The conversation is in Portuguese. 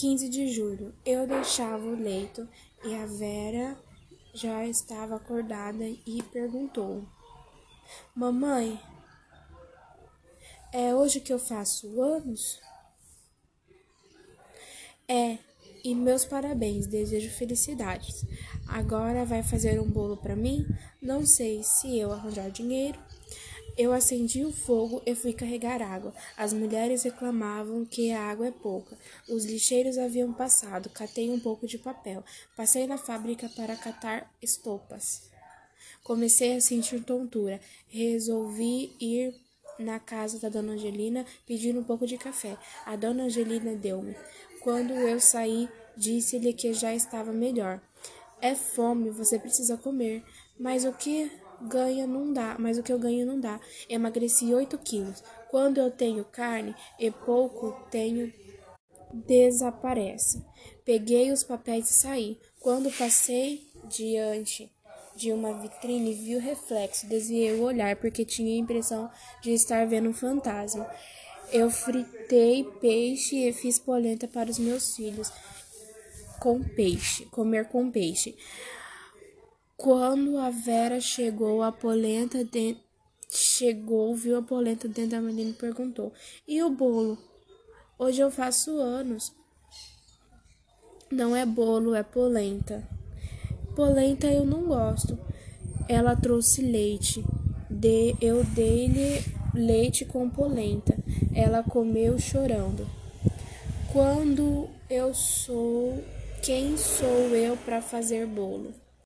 15 de julho. Eu deixava o leito e a Vera já estava acordada e perguntou: Mamãe, é hoje que eu faço anos? É, e meus parabéns, desejo felicidades. Agora vai fazer um bolo para mim? Não sei se eu arranjar dinheiro. Eu acendi o fogo e fui carregar água. As mulheres reclamavam que a água é pouca. Os lixeiros haviam passado. Catei um pouco de papel. Passei na fábrica para catar estopas. Comecei a sentir tontura. Resolvi ir na casa da dona Angelina pedir um pouco de café. A dona Angelina deu-me. Quando eu saí, disse-lhe que já estava melhor. É fome, você precisa comer. Mas o que eu ganho não dá. Emagreci 8 quilos. Quando eu tenho carne e pouco tenho, desaparece. Peguei os papéis e saí. Quando passei diante de uma vitrine, vi o reflexo. Desviei o olhar porque tinha a impressão de estar vendo um fantasma. Eu fritei peixe e fiz polenta para os meus filhos comer com peixe. Quando a Vera chegou, viu a polenta dentro da menina e perguntou: E o bolo? Hoje eu faço anos. Não é bolo, é polenta. Polenta eu não gosto. Ela trouxe leite. Eu dei-lhe leite com polenta. Ela comeu chorando. Quem sou eu para fazer bolo?